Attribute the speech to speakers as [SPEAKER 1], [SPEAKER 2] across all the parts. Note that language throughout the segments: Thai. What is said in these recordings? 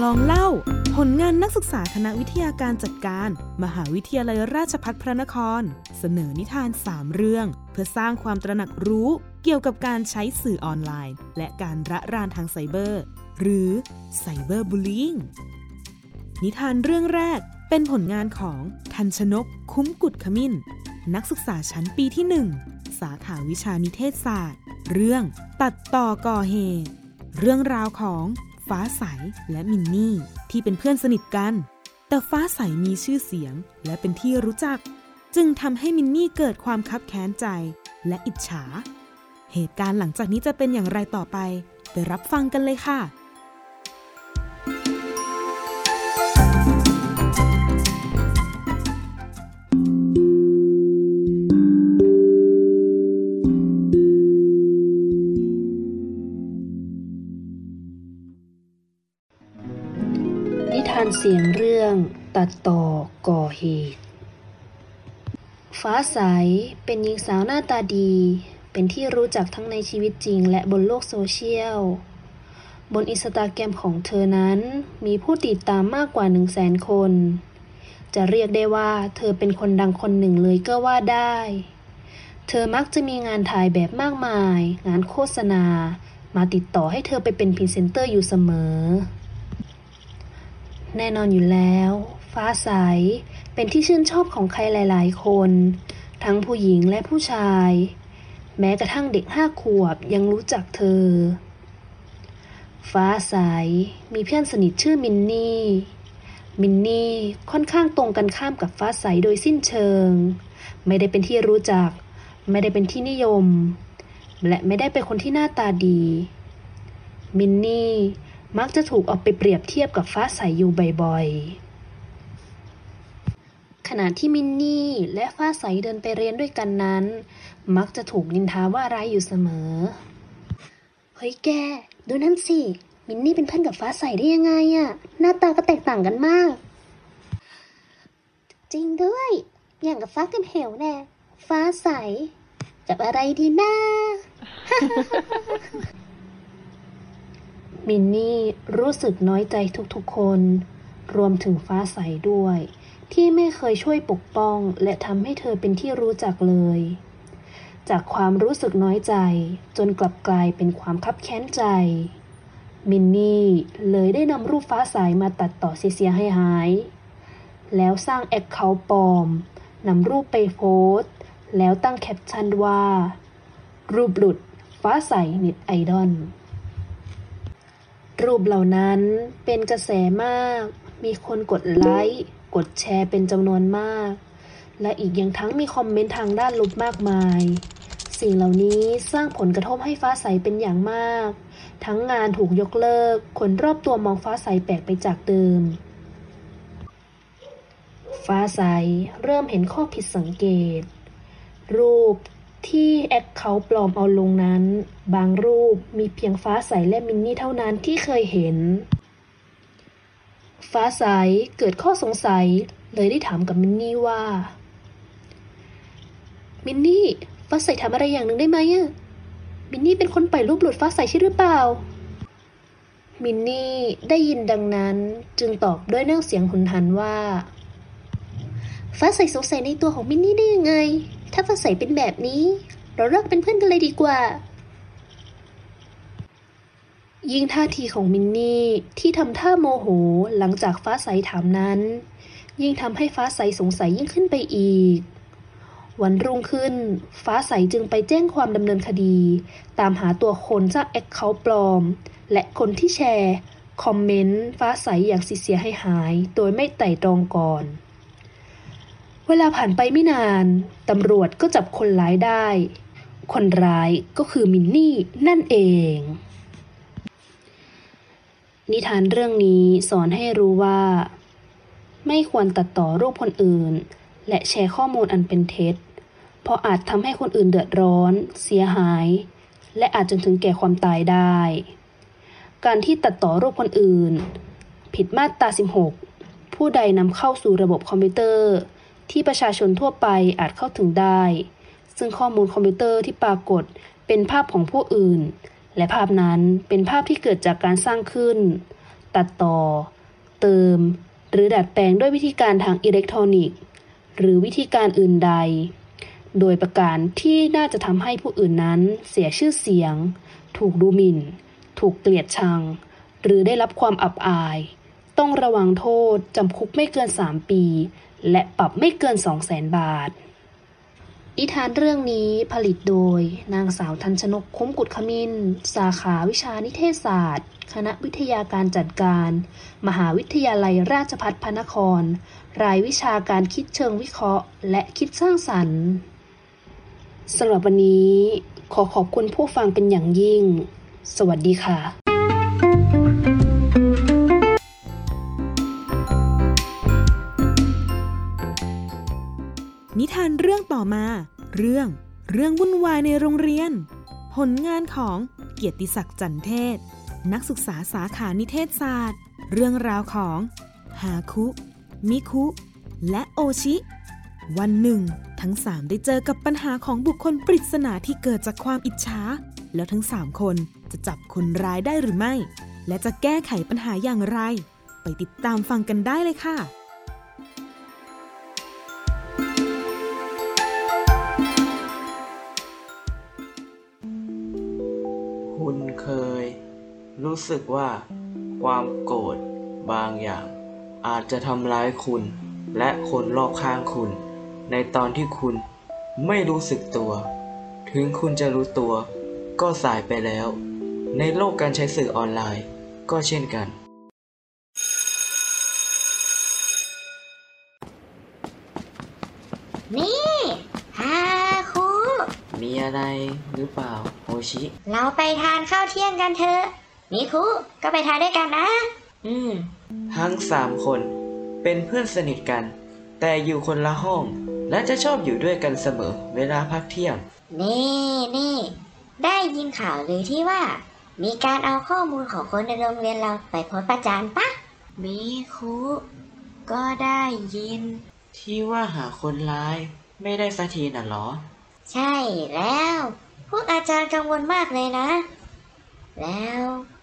[SPEAKER 1] ลองเล่าผลงานนักศึกษาคณะวิทยาการจัดการมหาวิทยาลัยราชภัฏพระนครเสนอนิทาน3เรื่องเพื่อสร้างความตระหนักรู้เกี่ยวกับการใช้สื่อออนไลน์และการระรานทางไซเบอร์หรือไซเบอร์บูลลี่งนิทานเรื่องแรกเป็นผลงานของทันชนกคุ้มกุฎขมิ้นนักศึกษาชั้นปีที่1สาขาวิชานิเทศศาสตร์เรื่องตัดต่อก่อเหตุเรื่องราวของฟ้าใสและมินนี่ที่เป็นเพื่อนสนิทกันแต่ฟ้าใสมีชื่อเสียงและเป็นที่รู้จักจึงทำให้มินนี่เกิดความคับแค้นใจและอิจฉาเหตุการณ์หลังจากนี้จะเป็นอย่างไรต่อไปไปรับฟังกันเลยค่ะ
[SPEAKER 2] นิทานเสียงเรื่องตัดต่อก่อเหตุฟ้าใสเป็นหญิงสาวหน้าตาดีเป็นที่รู้จักทั้งในชีวิตจริงและบนโลกโซเชียลบนอินสตาแกรมของเธอนั้นมีผู้ติดตามมากกว่า 100,000 คนจะเรียกได้ว่าเธอเป็นคนดังคนหนึ่งเลยก็ว่าได้เธอมักจะมีงานถ่ายแบบมากมายงานโฆษณามาติดต่อให้เธอไปเป็นพรีเซนเตอร์อยู่เสมอแน่นอนอยู่แล้วฟ้าใสเป็นที่ชื่นชอบของใครหลายๆคนทั้งผู้หญิงและผู้ชายแม้กระทั่งเด็ก5 ขวบยังรู้จักเธอฟ้าใสมีเพื่อนสนิทชื่อมินนี่ค่อนข้างตรงกันข้ามกับฟ้าใสโดยสิ้นเชิงไม่ได้เป็นที่รู้จักไม่ได้เป็นที่นิยมและไม่ได้เป็นคนที่หน้าตาดีมินนี่มักจะถูกเอาไปเปรียบเทียบกับฟ้าใสอยู่บ่อยๆขณะที่มินนี่และฟ้าใสเดินไปเรียนด้วยกันนั้นมักจะถูกนินทาว่าร้ายอยู่เสมอเฮ้ยแกดูนั่นสิมินนี่เป็นเพื่อนกับฟ้าใสได้ยังไงอะหน้าตาก็แตกต่างกันมากจริงด้วยอย่างกับฟ้ากับเหวแน่ฟ้าใสกับอะไรดีนะ มินนี่รู้สึกน้อยใจทุกๆคนรวมถึงฟ้าใสด้วยที่ไม่เคยช่วยปกป้องและทำให้เธอเป็นที่รู้จักเลยจากความรู้สึกน้อยใจจนกลับกลายเป็นความคับแค้นใจมินนี่เลยได้นำรูปฟ้าใสมาตัดต่อเสียหายๆแล้วสร้างแอคเคาท์ปลอมนำรูปไปโพสต์แล้วตั้งแคปชั่นว่ารูปหลุดฟ้าใสเน็ตไอดอลรูปเหล่านั้นเป็นกระแสมากมีคนกดไลค์กดแชร์เป็นจำนวนมากและอีกอย่างทั้งมีคอมเมนต์ทางด้านลบมากมายสิ่งเหล่านี้สร้างผลกระทบให้ฟ้าใสเป็นอย่างมากทั้งงานถูกยกเลิกคนรอบตัวมองฟ้าใสแปลกไปจากเดิมฟ้าใสเริ่มเห็นข้อผิดสังเกตรูปที่แอคเคาท์ปลอมเอาลงนั้นบางรูปมีเพียงฟ้าใสและมินนี่เท่านั้นที่เคยเห็นฟ้าใสเกิดข้อสงสัยเลยได้ถามกับมินนี่ว่ามินนี่ฟ้าใสทำอะไรอย่างหนึ่งได้ไหมอะมินนี่เป็นคนปล่อยรูปหลุดฟ้าใสใช่หรือเปล่ามินนี่ได้ยินดังนั้นจึงตอบด้วยน้ำเสียงหุนหันว่าฟ้าใสสงสัยในตัวของมินนี่ได้ยังไงถ้าฟ้าใสเป็นแบบนี้เราเลิกเป็นเพื่อนกันเลยดีกว่ายิ่งท่าทีของมินนี่ที่ทำท่าโมโหหลังจากฟ้าใสถามนั้นยิ่งทำให้ฟ้าใสสงสัยยิ่งขึ้นไปอีกวันรุ่งขึ้นฟ้าใสจึงไปแจ้งความดำเนินคดีตามหาตัวคนสร้างแอคเคาท์ปลอมและคนที่แชร์คอมเมนต์ฟ้าใสอย่างเสียหายโดยไม่ไตร่ตรองก่อนเวลาผ่านไปไม่นานตำรวจก็จับคนร้ายได้คนร้ายก็คือมินนี่นั่นเองนิทานเรื่องนี้สอนให้รู้ว่าไม่ควรตัดต่อรูปคนอื่นและแชร์ข้อมูลอันเป็นเท็จเพราะอาจทำให้คนอื่นเดือดร้อนเสียหายและอาจจนถึงแก่ความตายได้การที่ตัดต่อรูปคนอื่นผิดมาตรา16ผู้ใดนำเข้าสู่ระบบคอมพิวเตอร์ที่ประชาชนทั่วไปอาจเข้าถึงได้ซึ่งข้อมูลคอมพิวเตอร์ที่ปรากฏเป็นภาพของผู้อื่นและภาพนั้นเป็นภาพที่เกิดจากการสร้างขึ้นตัดต่อเติมหรือดัดแปลงด้วยวิธีการทางอิเล็กทรอนิกส์หรือวิธีการอื่นใดโดยประการที่น่าจะทำให้ผู้อื่นนั้นเสียชื่อเสียงถูกดูหมิ่นถูกเกลียดชังหรือได้รับความอับอายต้องระวังโทษจำคุกไม่เกิน3 ปีและปรับไม่เกิน 200,000 บาทนิทานเรื่องนี้ผลิตโดยนางสาวทันชนก คุ้มกุฎขมิ้นสาขาวิชานิเทศศาสตร์คณะวิทยาการจัดการมหาวิทยาลัยราชภัฏพระนครรายวิชาการคิดเชิงวิเคราะห์และคิดสร้างสรรค์สำหรับวันนี้ขอขอบคุณผู้ฟังเป็นอย่างยิ่งสวัสดีค่ะ
[SPEAKER 1] นิทานเรื่องต่อมาเรื่องวุ่นวายในโรงเรียนผลงานของเกียรติศักดิ์จันเทศนักศึกษาสาขานิเทศศาสตร์เรื่องราวของฮาคุมิคุและโอชิวันหนึ่งทั้ง3ได้เจอกับปัญหาของบุคคลปริศนาที่เกิดจากความอิจฉาแล้วทั้ง3คนจะจับคนร้ายได้หรือไม่และจะแก้ไขปัญหาอย่างไรไปติดตามฟังกันได้เลยค่ะ
[SPEAKER 3] คุณเคยรู้สึกว่าความโกรธบางอย่างอาจจะทำร้ายคุณและคนรอบข้างคุณในตอนที่คุณไม่รู้สึกตัวถึงคุณจะรู้ตัวก็สายไปแล้วในโลกการใช้สื่อออนไลน์ก็เช่นกัน
[SPEAKER 4] นี่ฮาคุ
[SPEAKER 3] มีอะไรหรือเปล่าโอชิ
[SPEAKER 4] เราไปทานข้าวเที่ยงกันเถอะมิคุก็ไปทานด้วยกันนะ
[SPEAKER 3] ทั้ง3คนเป็นเพื่อนสนิทกันแต่อยู่คนละห้องและจะชอบอยู่ด้วยกันเสมอเวลาพักเที่ยง
[SPEAKER 4] นี่ได้ยินข่าวหรือที่ว่ามีการเอาข้อมูลของคนในโรงเรียนเราไปโพสต์ประจานปะ
[SPEAKER 3] มิคุก็ได้ยินที่ว่าหาคนร้ายไม่ได้สักทีน่ะหรอ
[SPEAKER 4] ใช่แล้วพวกอาจารย์กังวลมากเลยนะแล้ว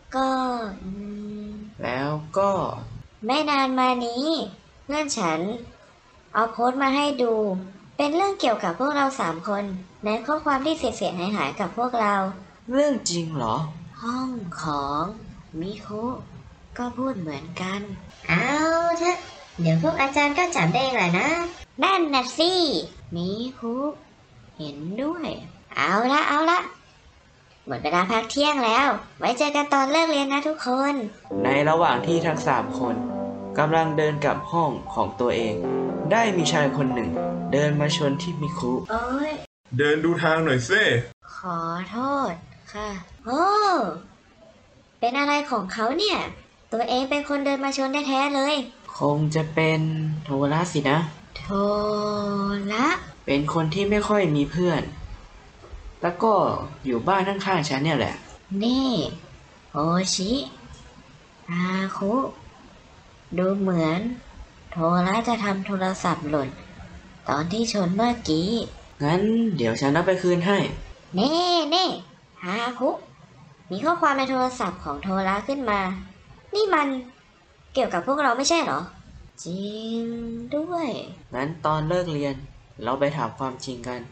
[SPEAKER 4] ก็ไม่นานมานี้เพื่อนฉันเอาโพสต์มาให้ดูเป็นเรื่องเกี่ยวกับพวกเรา3 คนในข้อความที่เสียหายกับพวกเรา
[SPEAKER 3] เรื่องจริงเหรอ
[SPEAKER 4] ห้องของมิคุก็พูดเหมือนกันเอาเถอะเดี๋ยวพวกอาจารย์ก็จับได้แหละนะนั่นน่ะสิมิคุเห็นด้วยเอาละหมดเวลาพักเที่ยงแล้วไว้เจอกันตอนเลิกเรียนนะทุกคน
[SPEAKER 3] ในระหว่างที่ทั้ง3คนกำลังเดินกลับห้องของตัวเองได้มีชายคนหนึ่งเดินมาชนที่มิคุ
[SPEAKER 4] โอ๊ย
[SPEAKER 5] เดินดูทางหน่อยเซ่
[SPEAKER 4] ขอโทษค่ะโอ้เป็นอะไรของเขาเนี่ยตัวเองเป็นคนเดินมาชนแท้ๆเลย
[SPEAKER 3] คงจะเป็นโทระสินะ
[SPEAKER 4] โทระ
[SPEAKER 3] เป็นคนที่ไม่ค่อยมีเพื่อนแล้วก็อยู่บ้านข้างๆฉันเนี่ยแหละ
[SPEAKER 4] นี่โอชิอาคุดูเหมือนโทระจะทำโทรศัพท์หล่นตอนที่ชนเมื่อกี้
[SPEAKER 3] งั้นเดี๋ยวฉันเอาไปคืนให้
[SPEAKER 4] นี่อาคุมีข้อความในโทรศัพท์ของโทระขึ้นมานี่มันเกี่ยวกับพวกเราไม่ใช่เหรอจริงด้วย
[SPEAKER 3] งั้นตอนเลิกเรียนเราไปถามความจริงกัน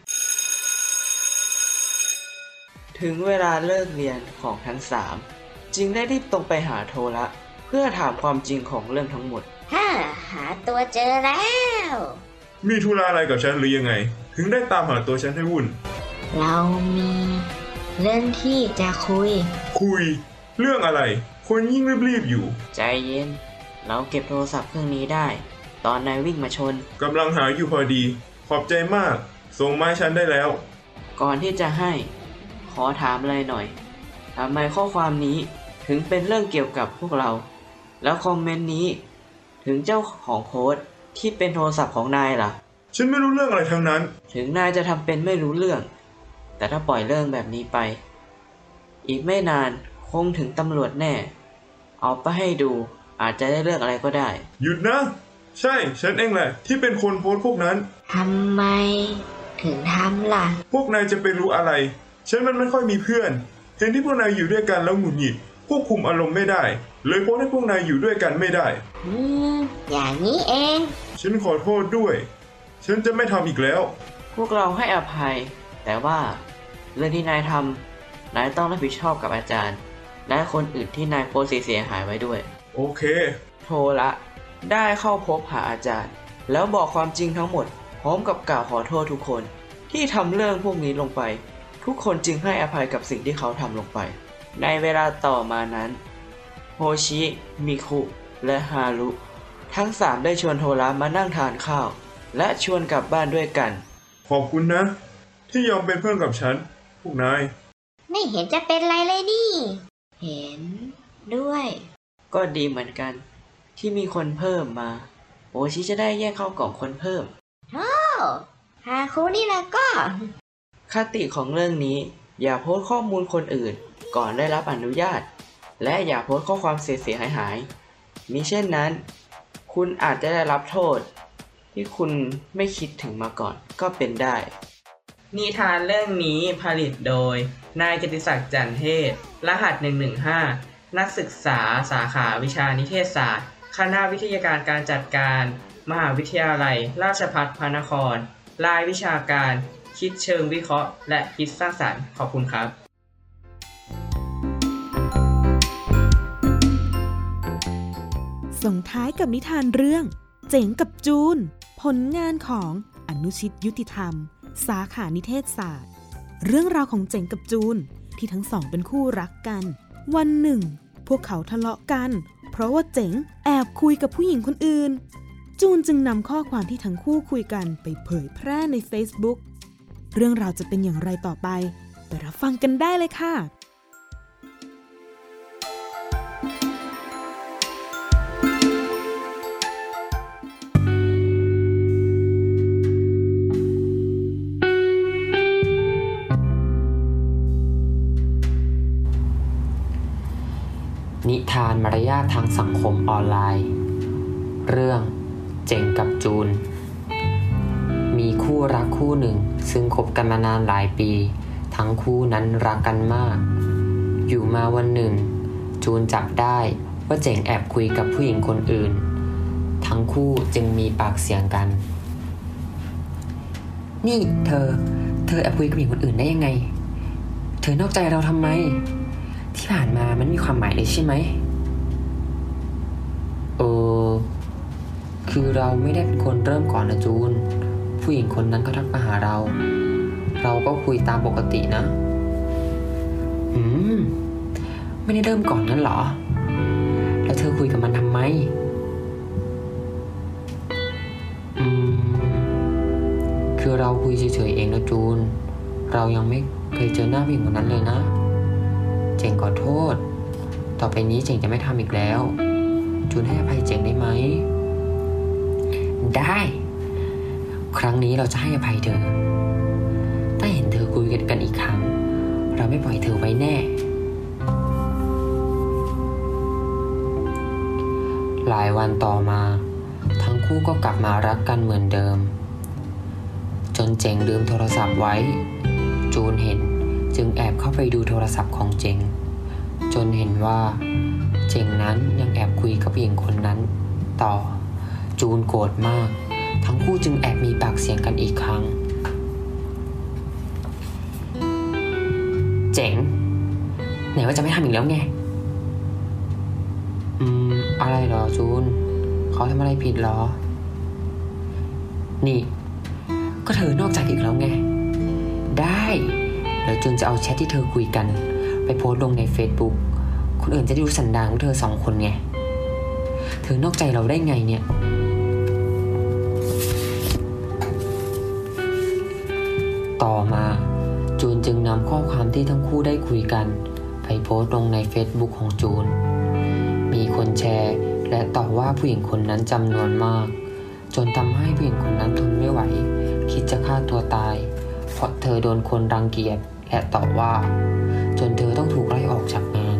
[SPEAKER 3] ถึงเวลาเลิกเรียนของทั้ง3จึงได้รีบตรงไปหาโทระเพื่อถามความจริงของเรื่องทั้งหมด
[SPEAKER 4] หาตัวเจอแล้ว
[SPEAKER 5] มีธุระอะไรกับฉันหรือยังไงถึงได้ตามหาตัวฉันให้วุ่น
[SPEAKER 4] เรามีเรื่องที่จะคุย
[SPEAKER 5] เรื่องอะไรคนยิ่งรีบอยู่
[SPEAKER 3] ใจเย็นเราเก็บโทรศัพท์เครื่องนี้ได้ตอนนายวิ่งมาชน
[SPEAKER 5] กำลังหาอยู่พอดีขอบใจมากส่งมาให้ฉันได้แล้ว
[SPEAKER 3] ก่อนที่จะให้ขอถามอะไรหน่อยทำไมข้อความนี้ถึงเป็นเรื่องเกี่ยวกับพวกเราแล้วคอมเมนต์นี้ถึงเจ้าของโพสต์ที่เป็นโทรศัพท์ของนายล่ะ
[SPEAKER 5] ฉันไม่รู้เรื่องอะไรทั้งนั้น
[SPEAKER 3] ถึงนายจะทำเป็นไม่รู้เรื่องแต่ถ้าปล่อยเรื่องแบบนี้ไปอีกไม่นานคงถึงตำรวจแน่เอาไปให้ดูอาจจะได้เรื่องอะไรก็ได้
[SPEAKER 5] หยุดนะใช่ฉันเองแหละที่เป็นคนโพสต์พวกนั้น
[SPEAKER 4] ทำไมถึงทำล่ะ
[SPEAKER 5] พวกนายจะไปรู้อะไรฉันมันไม่ค่อยมีเพื่อนเห็นที่พวกนายอยู่ด้วยกันแล้วหงุดหงิดควบคุมอารมณ์ไม่ได้เลยโพสต์ให้พวกนายอยู่ด้วยกันไม่ได้
[SPEAKER 4] อย่างนี้เอง
[SPEAKER 5] ฉันขอโทษด้วย ฉันจะไม่ทำอีกแล้ว
[SPEAKER 3] พวกเราให้อภัย แต่ว่าเรื่องที่นายทำนายต้องรับผิดชอบกับอาจารย์ และคนอื่นที่นายโพสต์เสียหายไว้ด้วย
[SPEAKER 5] โอเค
[SPEAKER 3] โทระได้เข้าพบหาอาจารย์ แล้วบอกความจริงทั้งหมด พร้อมกับกล่าวขอโทษทุกคนที่ทำเรื่องพวกนี้ลงไป ทุกคนจึงให้อภัยกับสิ่งที่เขาทำลงไป ในเวลาต่อมานั้นโฮชิ มิคุ และฮารุทั้งสามได้ชวนโทระมานั่งทานข้าว และชวนกลับบ้านด้วยกัน
[SPEAKER 5] ขอบคุณนะ ที่ยอมเป็นเพื่อนกับฉัน พวกนาย
[SPEAKER 4] ไม่เห็นจะเป็นไรเลยนี่ เห็นด้วย
[SPEAKER 3] ก็ดีเหมือนกัน ที่มีคนเพิ่มมาโฮชิจะได้แยกเข้ากล่องคนเพิ่ม
[SPEAKER 4] หาคูนี่ละก็
[SPEAKER 3] คติของเรื่องนี้อย่าโพสต์ข้อมูลคนอื่นก่อนได้รับอนุญาต และอย่าโพสต์ข้อความเสียหายๆมิเช่นนั้น คุณอาจจะได้รับโทษที่คุณไม่คิดถึงมาก่อนก็เป็นได้ นิทานเรื่องนี้ผลิตโดยนายกิติศักดิ์จันเทศรหัส 115 นักศึกษาสาขาวิชานิเทศศาสตร์คณะวิทยาการการจัดการมหาวิทยาลัยราชภัฏพระนครรายวิชาการคิดเชิงวิเคราะห์และคิดสร้างสรรค์ขอบคุณครับ
[SPEAKER 1] ส่งท้ายกับนิทานเรื่องเจ๋งกับจูนผลงานของอนุชิตยุติธรรมสาขานิเทศศาสตร์เรื่องราวของเจ๋งกับจูนที่ทั้งสองเป็นคู่รักกันวันหนึ่งพวกเขาทะเลาะกันเพราะว่าเจ๋งแอบคุยกับผู้หญิงคนอื่นจูนจึงนำข้อความที่ทั้งคู่คุยกันไปเผยแพร่ใน Facebook เรื่องราวจะเป็นอย่างไรต่อไปไปรับฟังกันได้เลยค่ะ
[SPEAKER 6] นิทานมารยาททางสังคมออนไลน์เรื่องเจ๋งกับจูนมีคู่รักคู่หนึ่งซึ่งคบกันมานานหลายปีทั้งคู่นั้นรักกันมากอยู่มาวันหนึ่งจูนจับได้ว่าเจ๋งแอบคุยกับผู้หญิงคนอื่นทั้งคู่จึงมีปากเสียงกันนี่เธอแอบคุยกับผู้หญิงคนอื่นได้ยังไงเธอนอกใจเราทำไมที่ผ่านมามันมีความหมายเลยใช่ไหมคือเราไม่ได้เป็นคนเริ่มก่อนนะจูนผู้หญิงคนนั้นก็ทักมาหาเราก็คุยตามปกตินะไม่ได้เริ่มก่อนงั้นเหรอแล้วเธอคุยกับมันทำไมคือเราคุยเฉยๆเองนะจูนเรายังไม่เคยเจอหน้าผู้หญิงคนนั้นเลยนะเจ๋งขอโทษต่อไปนี้เจ๋งจะไม่ทำอีกแล้วจูนให้อภัยเจ๋งได้ไหมได้ครั้งนี้เราจะให้อภัยเธอถ้าเห็นเธอคุยกันอีกครั้งเราไม่ปล่อยเธอไว้แน่หลายวันต่อมาทั้งคู่ก็กลับมารักกันเหมือนเดิมจนเจ๋งลืมโทรศัพท์ไว้จูนเห็นจึงแอบเข้าไปดูโทรศัพท์ของเจ๋งจนเห็นว่าเจ๋งนั้นยังแอบคุยกับผู้หญิงคนนั้นต่อจูนโกรธมากทั้งคู่จึงแอบมีปากเสียงกันอีกครั้งเจ๋งไหนว่าจะไม่ทำอีกแล้วไงอะไรเหรอจูนเขาทำอะไรผิดเหรอนี่ก็เธอนอกใจอีกแล้วไงได้เดี๋ยวจูนจะเอาแชทที่เธอคุยกันไปโพสต์ลงใน Facebook คนอื่นจะได้รู้สันดานของเธอสองคนไงเธอนอกใจเราได้ไงเนี่ยต่อมาจูนจึงนำข้อความที่ทั้งคู่ได้คุยกันไปโพสต์ลงใน Facebook ของจูนมีคนแชร์และต่อว่าผู้หญิงคนนั้นจำนวนมากจนทำให้ผู้หญิงคนนั้นทนไม่ไหวคิดจะฆ่าตัวตายเพราะเธอโดนคนรังเกียจและต่อว่าจนเธอต้องถูกไล่ออกจากงาน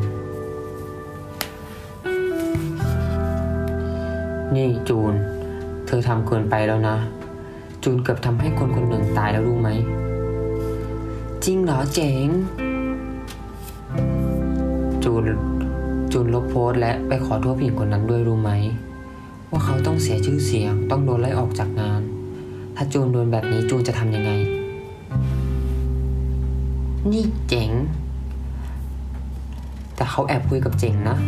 [SPEAKER 6] นี่จูนเธอทำเกินไปแล้วนะจูนเกือบทำให้คนคนหนึ่งตายแล้วรู้ไหมจริงเหรอเจ๋งจูจูนลบโพสต์และไปขอโทษผู้หญิงคนนั้นด้วยรู้ไหมว่าเขาต้องเสียชื่อเสียงต้องโดนไล่ออกจากงานถ้าจูนโดนแบบนี้จูนจะทำยังไงนี่เจ๋งแต่เขาแอบคุยกับเจ๋งนะ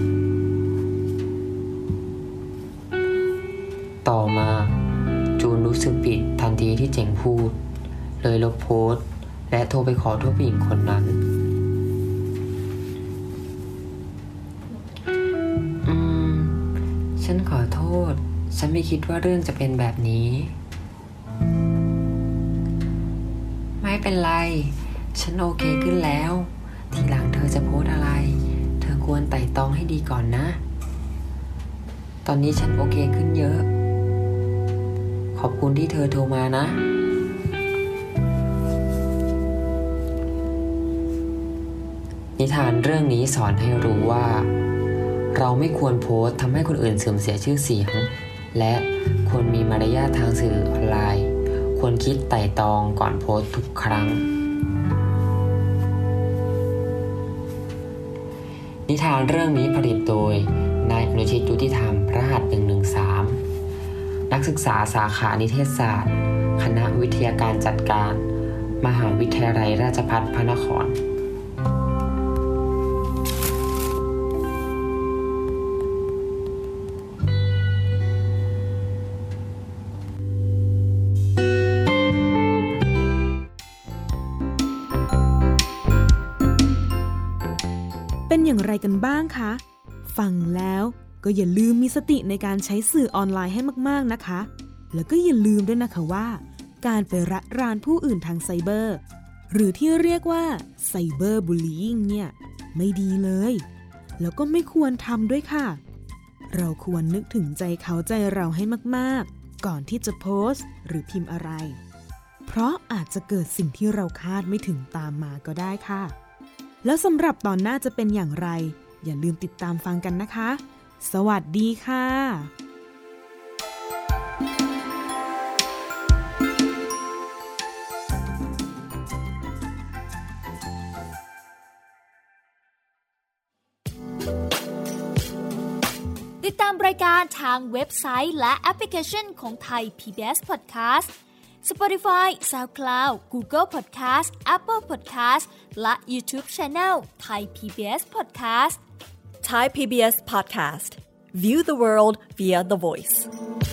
[SPEAKER 6] ต่อมาจูนรู้สึกผิดทันทีที่เจ๋งพูดเลยลบโพสต์และโทรไปขอโทษผู้หญิงคนนั้นฉันขอโทษฉันไม่คิดว่าเรื่องจะเป็นแบบนี้ไม่เป็นไรฉันโอเคขึ้นแล้วทีหลังเธอจะโพสอะไรเธอควรไต่ตรองให้ดีก่อนนะตอนนี้ฉันโอเคขึ้นเยอะขอบคุณที่เธอโทรมานะนิทานเรื่องนี้สอนให้รู้ว่าเราไม่ควรโพสต์ทำให้คนอื่นเสื่อมเสียชื่อเสียงและควรมีมารยาททางสื่อออนไลน์ควรคิดไต่ตรองก่อนโพสต์ทุกครั้งนิทานเรื่องนี้ผลิตโดยนายอนุชิตยุติธรรมรหัส113นักศึกษาสาขานิเทศศาสตร์คณะวิทยาการจัดการมหาวิทยาลัยราชภัฏพระนคร
[SPEAKER 1] เป็นอย่างไรกันบ้างคะฟังแล้วก็อย่าลืมมีสติในการใช้สื่อออนไลน์ให้มากๆนะคะแล้วก็อย่าลืมด้วยนะคะว่าการไประรานผู้อื่นทางไซเบอร์หรือที่เรียกว่าไซเบอร์บูลลี่งเนี่ยไม่ดีเลยแล้วก็ไม่ควรทำด้วยค่ะเราควรนึกถึงใจเขาใจเราให้มากๆก่อนที่จะโพสต์หรือพิมพ์อะไรเพราะอาจจะเกิดสิ่งที่เราคาดไม่ถึงตามมาก็ได้ค่ะแล้วสำหรับตอนหน้าจะเป็นอย่างไรอย่าลืมติดตามฟังกันนะคะสวัสดีค่ะ
[SPEAKER 7] ติดตามรายการทางเว็บไซต์และแอปพลิเคชันของไทย PBS Podcast Spotify, SoundCloud, Google Podcast, Apple Podcast และ YouTube Channel Thai PBS Podcast
[SPEAKER 8] Thai PBS Podcast. View the world via the voice.